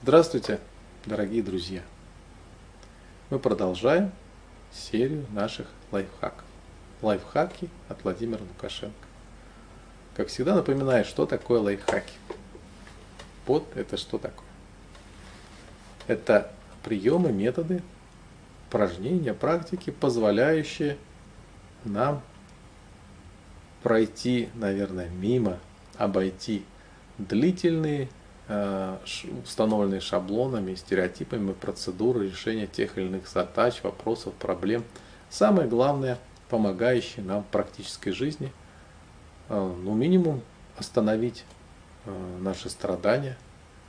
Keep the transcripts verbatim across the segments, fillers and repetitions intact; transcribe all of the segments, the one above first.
Здравствуйте, дорогие друзья! Мы продолжаем серию наших лайфхаков. Лайфхаки от Владимира Лукашенко. Как всегда напоминаю, что такое лайфхаки. Вот это что такое? Это приемы, методы, упражнения, практики, позволяющие нам пройти, наверное, мимо, обойти длительные, установленные шаблонами, стереотипами процедуры решения тех или иных задач, вопросов, проблем. Самое главное, помогающие нам в практической жизни, ну, минимум остановить наши страдания,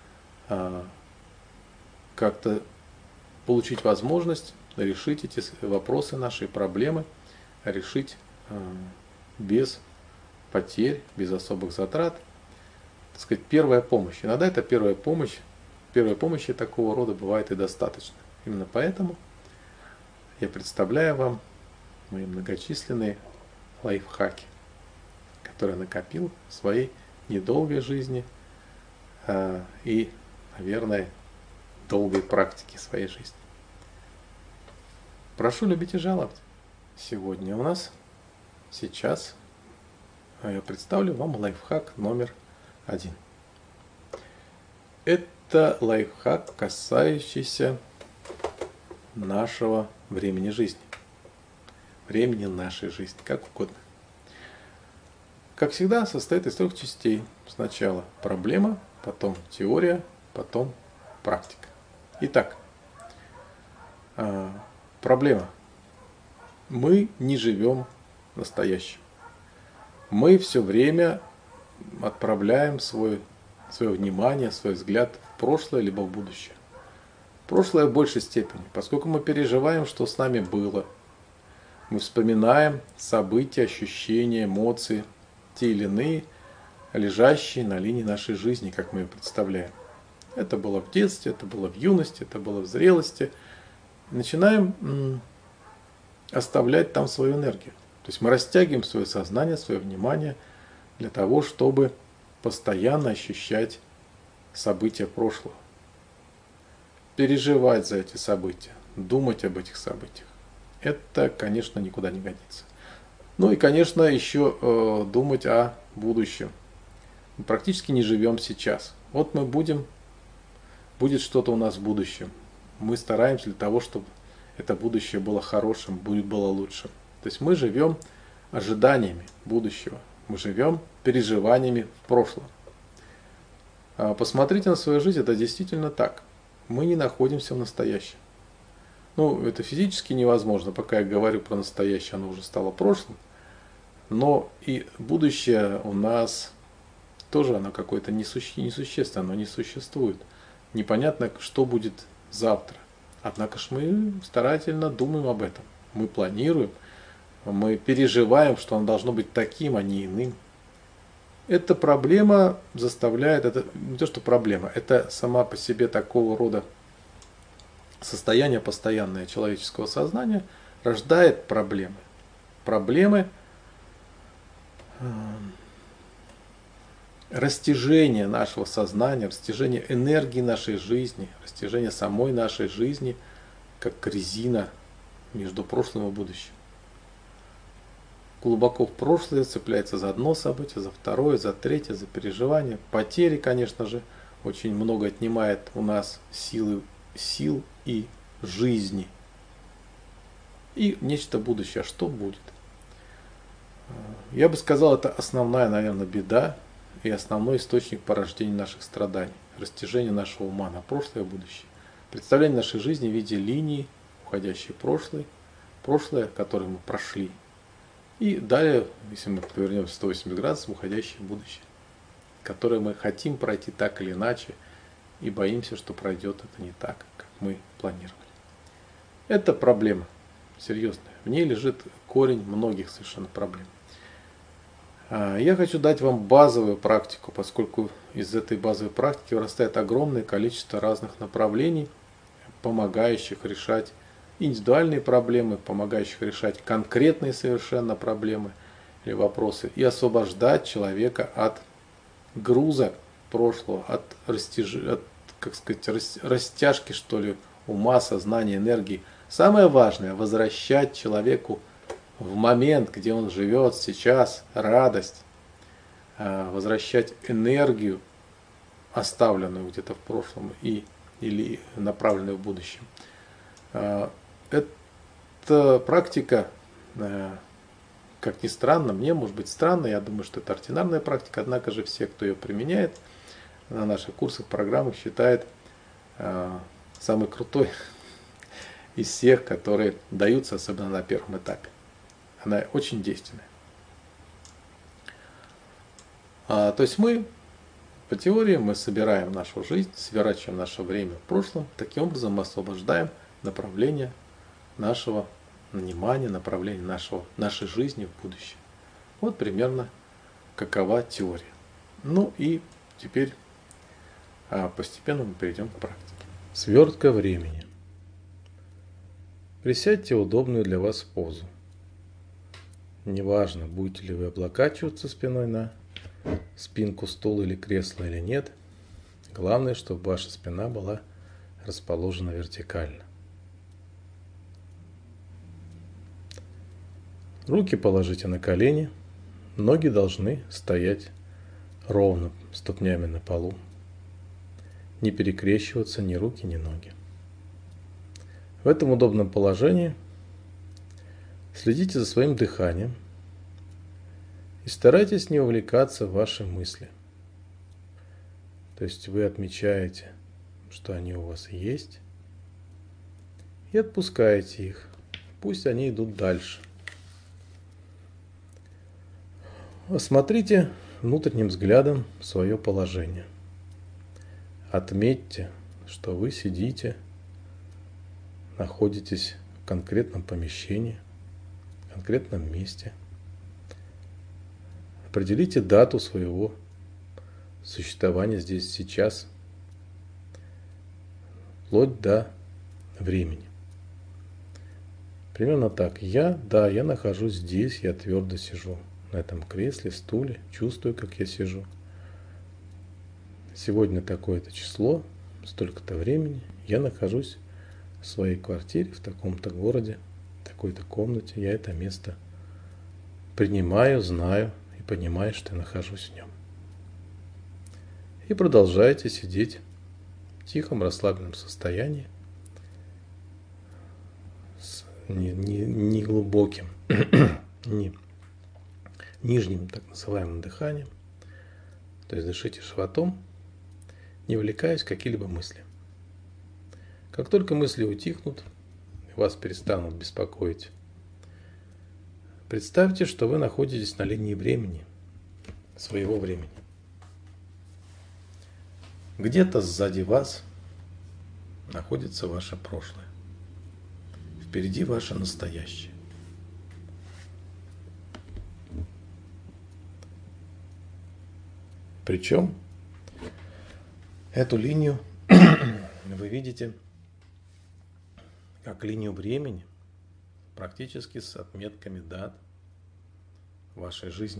как-то получить возможность решить эти вопросы, наши проблемы, решить без потерь, без особых затрат. Так сказать, первая помощь. Иногда это первая помощь. Первой помощи такого рода бывает и достаточно. Именно поэтому я представляю вам мои многочисленные лайфхаки, которые я накопил в своей недолгой жизни э, и, наверное, долгой практике своей жизни. Прошу любить и жаловать. Сегодня у нас, сейчас, я представлю вам лайфхак номер один. Это лайфхак, касающийся нашего времени жизни. Времени нашей жизни, как угодно. Как всегда, состоит из трех частей. Сначала проблема, потом теория, потом практика. Итак, проблема. Мы не живем настоящим. Мы все время отправляем свой, свое внимание, свой взгляд в прошлое либо в будущее. Прошлое в большей степени, поскольку мы переживаем, что с нами было. Мы вспоминаем события, ощущения, эмоции, те или иные, лежащие на линии нашей жизни, как мы ее представляем. Это было в детстве, это было в юности, это было в зрелости. Начинаем м, оставлять там свою энергию. То есть мы растягиваем свое сознание, свое внимание для того, чтобы постоянно ощущать события прошлого. Переживать за эти события, думать об этих событиях. Это, конечно, никуда не годится. Ну и, конечно, еще э, думать о будущем. Мы практически не живем сейчас. Вот мы будем, будет что-то у нас в будущем. Мы стараемся для того, чтобы это будущее было хорошим, будет было лучшим. То есть мы живем ожиданиями будущего. Мы живем переживаниями в прошлом. Посмотрите на свою жизнь, это действительно так. Мы не находимся в настоящем. Ну, это физически невозможно, пока я говорю про настоящее, оно уже стало прошлым. Но и будущее у нас тоже оно какое-то несуще, несущественное, оно не существует. Непонятно, что будет завтра. Однако ж мы старательно думаем об этом. Мы планируем. Мы переживаем, что оно должно быть таким, а не иным. Эта проблема заставляет, это не то что проблема, это сама по себе такого рода состояние постоянное человеческого сознания рождает проблемы. Проблемы э, растяжения нашего сознания, растяжения энергии нашей жизни, растяжения самой нашей жизни, как резина между прошлым и будущим. Глубоко в прошлое цепляется за одно событие, за второе, за третье, за переживание. Потери, конечно же, очень много отнимает у нас силы, сил и жизни. И нечто будущее. А что будет? Я бы сказал, это основная, наверное, беда и основной источник порождения наших страданий. Растяжение нашего ума на прошлое и будущее. Представление нашей жизни в виде линии, уходящей в прошлое, прошлое, которое мы прошли. И далее, если мы повернемся сто восемьдесят градусов, уходящее в будущее, которое мы хотим пройти так или иначе, и боимся, что пройдет это не так, как мы планировали. Это проблема серьезная. В ней лежит корень многих совершенно проблем. Я хочу дать вам базовую практику, поскольку из этой базовой практики вырастает огромное количество разных направлений, помогающих решать индивидуальные проблемы, помогающих решать конкретные совершенно проблемы или вопросы и освобождать человека от груза прошлого, от, растяж... от как сказать, рас, растяжки, что ли, ума, сознания, энергии. Самое важное – возвращать человеку в момент, где он живет сейчас, радость, возвращать энергию, оставленную где-то в прошлом и, или направленную в будущем. Эта практика, как ни странно, мне может быть странно, я думаю, что это ординарная практика, однако же все, кто ее применяет на наших курсах, программах, считает самый крутой из всех, которые даются, особенно на первом этапе. Она очень действенная. А, то есть мы, по теории, мы собираем нашу жизнь, сворачиваем наше время в прошлом, таким образом мы освобождаем направление нашего внимания, направление нашего, нашей жизни в будущее. Вот примерно какова теория. Ну и теперь а, постепенно мы перейдем к практике. Свертка времени. Присядьте в удобную для вас позу. Неважно, будете ли вы облокачиваться спиной на спинку стула или кресла или нет. Главное, чтобы ваша спина была расположена вертикально. Руки положите на колени. Ноги должны стоять ровно ступнями на полу. Не перекрещиваться ни руки, ни ноги. В этом удобном положении следите за своим дыханием и старайтесь не увлекаться в ваши мысли. То есть вы отмечаете, что они у вас есть, и отпускаете их. Пусть они идут дальше. Осмотрите внутренним взглядом свое положение. Отметьте, что вы сидите, находитесь в конкретном помещении, в конкретном месте. Определите дату своего существования здесь сейчас, вплоть до времени. Примерно так. Я, да, я нахожусь здесь, я твердо сижу на этом кресле, стуле, чувствую, как я сижу. Сегодня такое-то число, столько-то времени, я нахожусь в своей квартире, в таком-то городе, в такой-то комнате. Я это место принимаю, знаю и понимаю, что я нахожусь в нем. И продолжайте сидеть в тихом, расслабленном состоянии, с не, не, не глубоким, не нижним так называемым дыханием. То есть дышите животом, не увлекаясь в какие-либо мысли. Как только мысли утихнут, вас перестанут беспокоить, представьте, что вы находитесь на линии времени, своего времени. Где-то сзади вас находится ваше прошлое. Впереди ваше настоящее. Причем эту линию вы видите как линию времени, практически с отметками дат вашей жизни.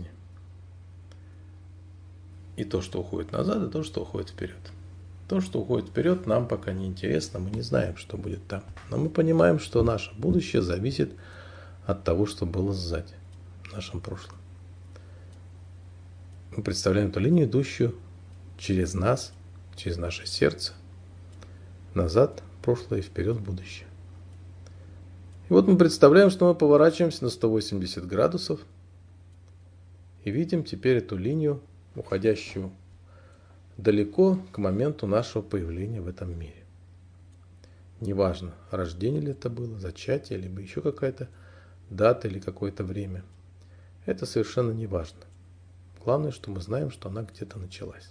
И то, что уходит назад, и то, что уходит вперед. То, что уходит вперед, нам пока не интересно, мы не знаем, что будет там. Но мы понимаем, что наше будущее зависит от того, что было сзади, в нашем прошлом. Мы представляем эту линию, идущую через нас, через наше сердце, назад, в прошлое и вперед, в будущее. И вот мы представляем, что мы поворачиваемся на сто восемьдесят градусов и видим теперь эту линию, уходящую далеко к моменту нашего появления в этом мире. Неважно, рождение ли это было, зачатие, либо еще какая-то дата или какое-то время. Это совершенно не важно. Главное, что мы знаем, что она где-то началась.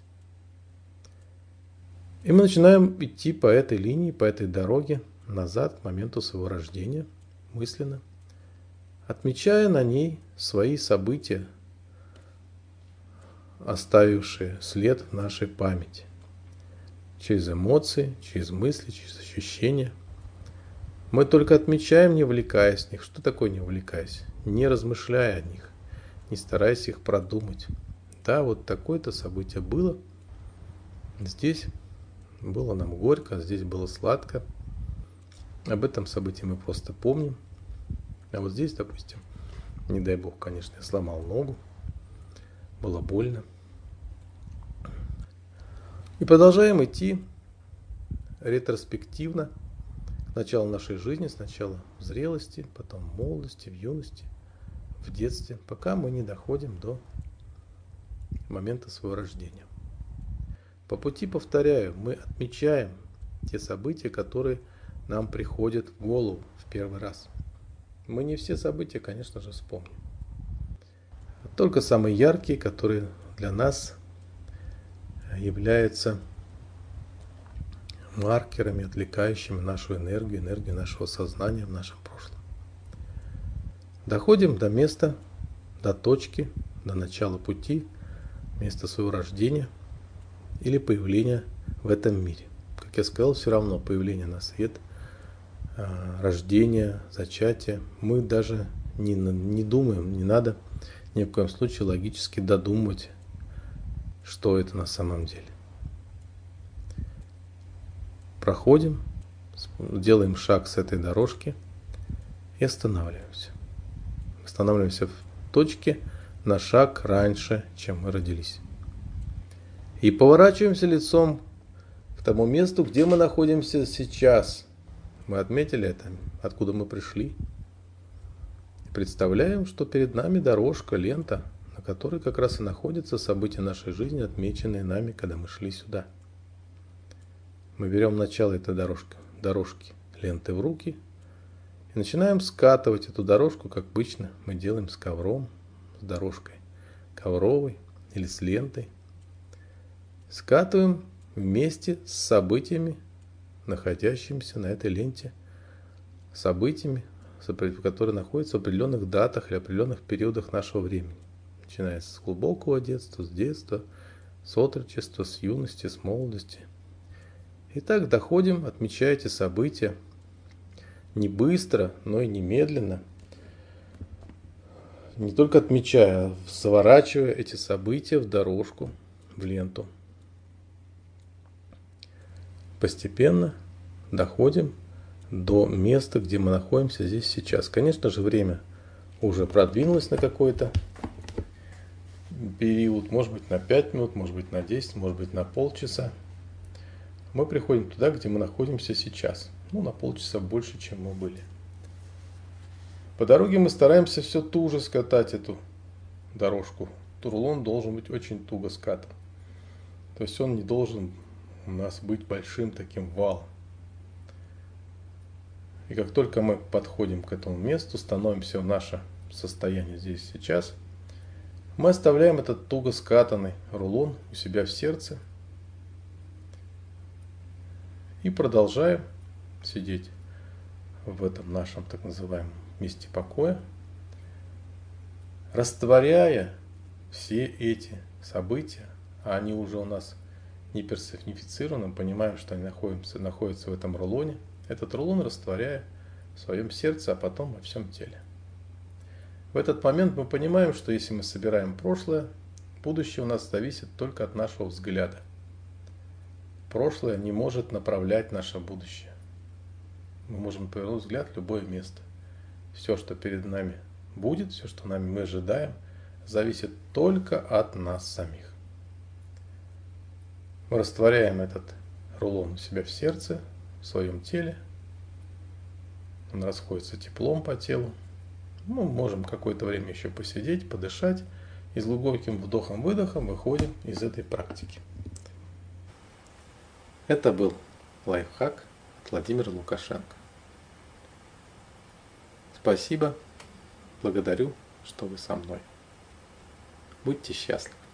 И мы начинаем идти по этой линии, по этой дороге назад к моменту своего рождения, мысленно, отмечая на ней свои события, оставившие след в нашей памяти. Через эмоции, через мысли, через ощущения. Мы только отмечаем, не увлекаясь в них. Что такое не увлекаясь? Не размышляя о них, не стараясь их продумать. Да, вот такое-то событие было здесь, было нам горько, здесь было сладко. Об этом событии мы просто помним. А вот здесь, допустим, не дай бог, конечно, я сломал ногу, было больно. И продолжаем идти ретроспективно к началу нашей жизни, сначала в зрелости, потом в молодости, в юности, в детстве, пока мы не доходим до момента своего рождения. По пути, повторяю, мы отмечаем те события, которые нам приходят в голову в первый раз. Мы не все события, конечно же, вспомним. Только самые яркие, которые для нас являются маркерами, отвлекающими нашу энергию, энергию нашего сознания в нашем прошлом. Доходим до места, до точки, до начала пути, места своего рождения или появления в этом мире. Как я сказал, все равно появление на свет, рождение, зачатие. Мы даже не, не думаем, не надо ни в коем случае логически додумывать, что это на самом деле. Проходим, делаем шаг с этой дорожки и останавливаемся. Останавливаемся в точке на шаг раньше, чем мы родились. И поворачиваемся лицом к тому месту, где мы находимся сейчас. Мы отметили это, откуда мы пришли. Представляем, что перед нами дорожка, лента, на которой как раз и находятся события нашей жизни, отмеченные нами, когда мы шли сюда. Мы берем начало этой дорожки, дорожки ленты в руки и начинаем скатывать эту дорожку, как обычно мы делаем с ковром, с дорожкой ковровой или с лентой. Скатываем вместе с событиями, находящимися на этой ленте, событиями, которые находятся в определенных датах или определенных периодах нашего времени. Начиная с глубокого детства, с детства, с отрочества, с юности, с молодости. Итак, доходим, отмечая эти события не быстро, но и не медленно. Не только отмечая, а заворачивая эти события в дорожку, в ленту. Постепенно доходим до места, где мы находимся здесь сейчас. Конечно же, время уже продвинулось на какой-то период, может быть на пять минут, может быть на десять, может быть на полчаса. Мы приходим туда, где мы находимся сейчас. Ну, на полчаса больше, чем мы были. По дороге мы стараемся все туже скатать эту дорожку. Рулон должен быть очень туго скатан. То есть он не должен у нас быть большим таким валом. И как только мы подходим к этому месту, становимся в наше состояние здесь сейчас, мы оставляем этот туго скатанный рулон у себя в сердце и продолжаем сидеть в этом нашем так называемом месте покоя, растворяя все эти события, а они уже у нас не персонифицированы, понимаем, что они находятся, находятся в этом рулоне, этот рулон растворяя в своем сердце, а потом во всем теле. В этот момент мы понимаем, что если мы собираем прошлое, будущее у нас зависит только от нашего взгляда. Прошлое не может направлять наше будущее. Мы можем повернуть взгляд в любое место. Все, что перед нами будет, все, что нами мы ожидаем, зависит только от нас самих. Мы растворяем этот рулон у себя в сердце, в своем теле. Он расходится теплом по телу. Мы можем какое-то время еще посидеть, подышать. И с глубоким вдохом-выдохом выходим из этой практики. Это был лайфхак от Владимира Лукашенко. Спасибо, благодарю, что вы со мной. Будьте счастливы.